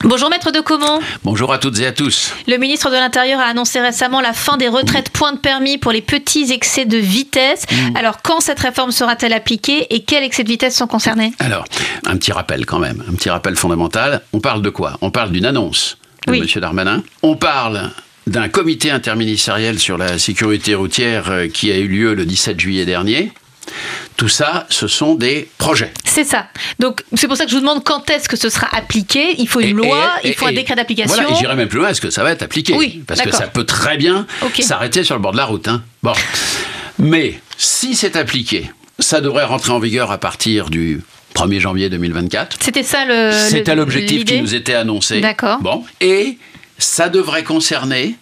Bonjour Maître de Caumont. Bonjour à toutes et à tous. Le ministre de l'Intérieur a annoncé récemment la fin des retraites points de permis pour les petits excès de vitesse. Alors quand cette réforme sera-t-elle appliquée et quels excès de vitesse sont concernés? Alors, un petit rappel quand même, un petit rappel fondamental. On parle de quoi? On parle d'une annonce de M. Darmanin. On parle d'un comité interministériel sur la sécurité routière qui a eu lieu le 17 juillet dernier. Tout ça, ce sont des projets. C'est ça. Donc, c'est pour ça que je vous demande quand est-ce que ce sera appliqué. Il faut une loi, il faut un décret d'application. Voilà, et j'irai même plus loin, est-ce que ça va être appliqué? Oui, parce que ça peut très bien s'arrêter sur le bord de la route. Bon. Mais, si c'est appliqué, ça devrait rentrer en vigueur à partir du 1er janvier 2024. C'était ça C'était l'objectif qui nous était annoncé. D'accord. Bon. Et ça devrait concerner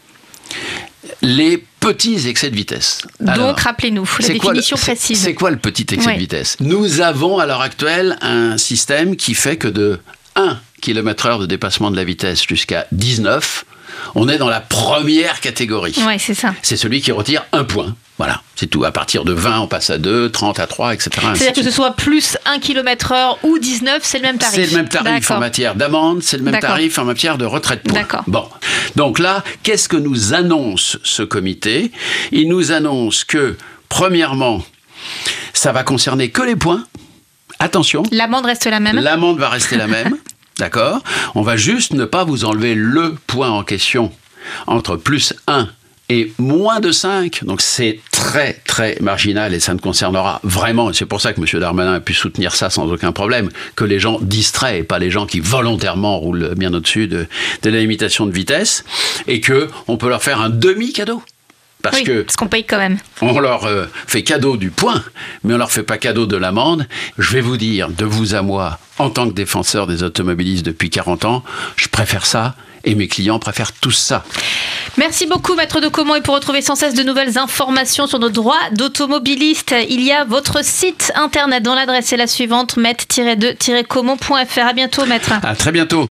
les petits excès de vitesse. Donc, rappelez-nous, la définition précise. C'est quoi le petit excès de vitesse? Nous avons à l'heure actuelle un système qui fait que de 1 km/h de dépassement de la vitesse jusqu'à 19, on est dans la première catégorie. Oui, c'est ça. C'est celui qui retire 1 point. Voilà, c'est tout. À partir de 20, on passe à 2, 30 à 3, etc. C'est-à-dire que ce soit plus 1 km/h ou 19, c'est le même tarif. C'est le même tarif en matière d'amende, c'est le même tarif en matière de retraite point. D'accord. Bon, donc là, qu'est-ce que nous annonce ce comité? Il nous annonce que, premièrement, ça va concerner que les points. Attention. L'amende reste la même. L'amende va rester la même, d'accord? On va juste ne pas vous enlever le point en question entre plus 1 et moins de 5, donc c'est très très marginal et ça ne concernera vraiment, et c'est pour ça que M. Darmanin a pu soutenir ça sans aucun problème, que les gens distraits et pas les gens qui volontairement roulent bien au-dessus de la limitation de vitesse, et qu'on peut leur faire un demi-cadeau. Parce qu'on paye quand même. On leur fait cadeau du point, mais on leur fait pas cadeau de l'amende. Je vais vous dire, de vous à moi, en tant que défenseur des automobilistes depuis 40 ans, je préfère ça, et mes clients préfèrent tous ça. Merci beaucoup Maître de Caumont, et pour retrouver sans cesse de nouvelles informations sur nos droits d'automobiliste, il y a votre site internet dont l'adresse est la suivante, maître-2-caumont.fr. À bientôt Maître. À très bientôt.